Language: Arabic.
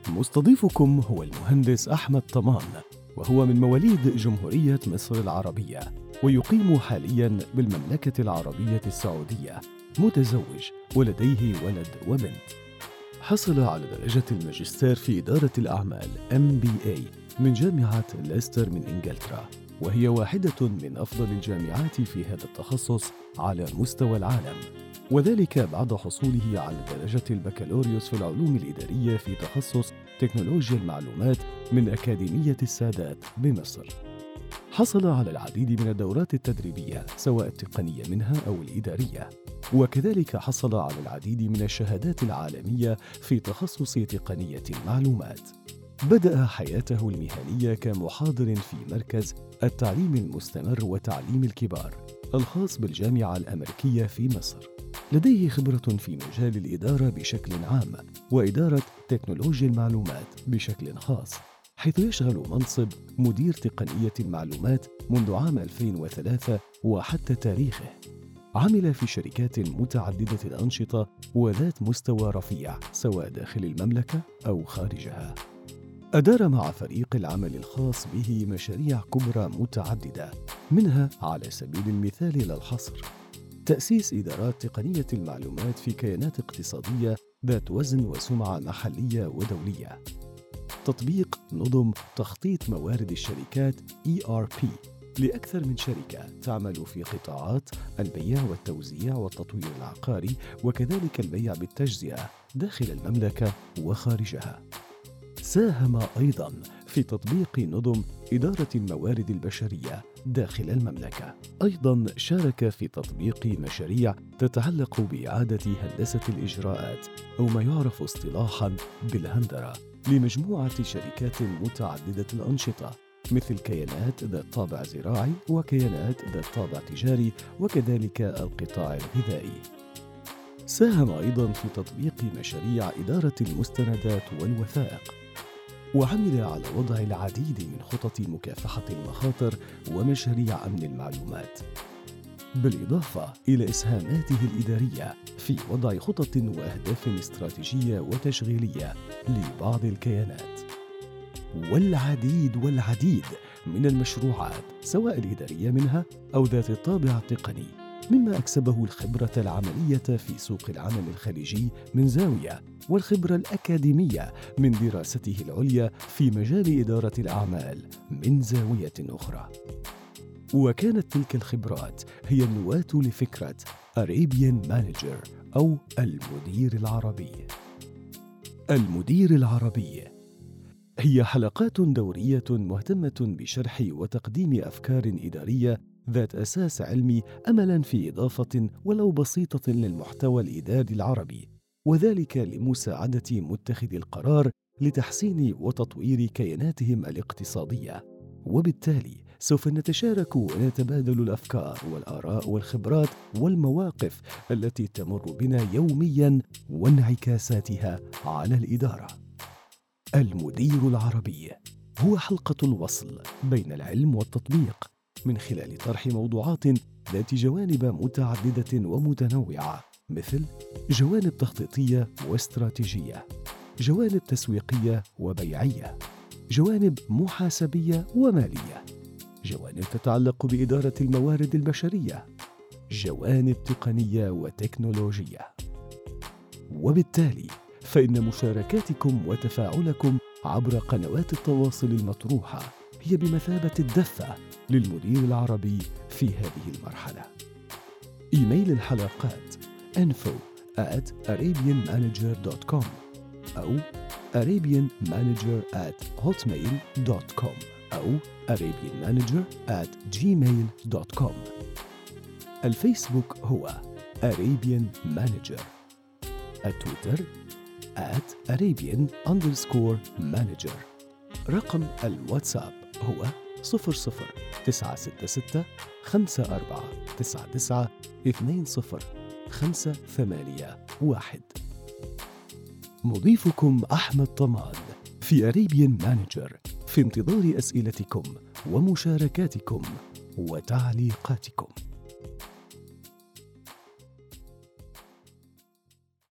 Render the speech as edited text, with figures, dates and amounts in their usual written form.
مستضيفكم هو المهندس أحمد طمان، وهو من مواليد جمهورية مصر العربية، ويقيم حالياً بالمملكة العربية السعودية، متزوج ولديه ولد وبنت. حصل على درجة الماجستير في إدارة الأعمال MBA من جامعة ليستر من إنجلترا، وهي واحدة من أفضل الجامعات في هذا التخصص على مستوى العالم، وذلك بعد حصوله على درجة البكالوريوس في العلوم الإدارية في تخصص تكنولوجيا المعلومات من أكاديمية السادات بمصر. حصل على العديد من الدورات التدريبية سواء التقنية منها أو الإدارية، وكذلك حصل على العديد من الشهادات العالمية في تخصص تقنية المعلومات. بدأ حياته المهنية كمحاضر في مركز التعليم المستمر وتعليم الكبار الخاص بالجامعة الأمريكية في مصر. لديه خبرة في مجال الإدارة بشكل عام وإدارة تكنولوجيا المعلومات بشكل خاص، حيث يشغل منصب مدير تقنية المعلومات منذ عام 2003 وحتى تاريخه. عمل في شركات متعددة الأنشطة وذات مستوى رفيع سواء داخل المملكة أو خارجها. أدار مع فريق العمل الخاص به مشاريع كبرى متعددة، منها على سبيل المثال لا الحصر تأسيس إدارات تقنية المعلومات في كيانات اقتصادية ذات وزن وسمعة محلية ودولية، تطبيق نظم تخطيط موارد الشركات ERP لأكثر من شركة تعمل في قطاعات البيع والتوزيع والتطوير العقاري، وكذلك البيع بالتجزئة داخل المملكة وخارجها. ساهم أيضاً في تطبيق نظم إدارة الموارد البشرية داخل المملكة. أيضاً شارك في تطبيق مشاريع تتعلق بإعادة هندسة الإجراءات أو ما يعرف اصطلاحاً بالهندرة لمجموعة شركات متعددة الأنشطة، مثل كيانات ذات طابع زراعي وكيانات ذات طابع تجاري وكذلك القطاع الغذائي. ساهم أيضاً في تطبيق مشاريع إدارة المستندات والوثائق، وعمل على وضع العديد من خطط مكافحة المخاطر ومشاريع أمن المعلومات، بالإضافة إلى إسهاماته الإدارية في وضع خطط وأهداف استراتيجية وتشغيلية لبعض الكيانات، والعديد من المشروعات سواء الإدارية منها أو ذات الطابع التقني، مما أكسبه الخبرة العملية في سوق العمل الخليجي من زاوية، والخبرة الأكاديمية من دراسته العليا في مجال إدارة الأعمال من زاوية أخرى. وكانت تلك الخبرات هي النواة لفكرة Arabian Manager أو المدير العربي. المدير العربي هي حلقات دورية مهتمة بشرح وتقديم أفكار إدارية ذات أساس علمي، أملاً في إضافة ولو بسيطة للمحتوى الإداري العربي، وذلك لمساعدة متخذي القرار لتحسين وتطوير كياناتهم الاقتصادية. وبالتالي سوف نتشارك ونتبادل الأفكار والآراء والخبرات والمواقف التي تمر بنا يومياً وانعكاساتها على الإدارة. المدير العربي هو حلقة الوصل بين العلم والتطبيق، من خلال طرح موضوعات ذات جوانب متعددة ومتنوعة، مثل جوانب تخطيطية واستراتيجية، جوانب تسويقية وبيعية، جوانب محاسبية ومالية، جوانب تتعلق بإدارة الموارد البشرية، جوانب تقنية وتكنولوجية. وبالتالي فإن مشاركاتكم وتفاعلكم عبر قنوات التواصل المطروحة هي بمثابة الدفة للمدير العربي في هذه المرحلة. إيميل الحلقات info@arabianmanager.com أو arabianmanager@hotmail.com أو arabianmanager@gmail.com. الفيسبوك هو Arabian Manager. التويتر @Arabian_Manager. رقم الواتساب هو 00966 5499 20581. مضيفكم أحمد طمان في Arabian Manager، في انتظار أسئلتكم ومشاركاتكم وتعليقاتكم.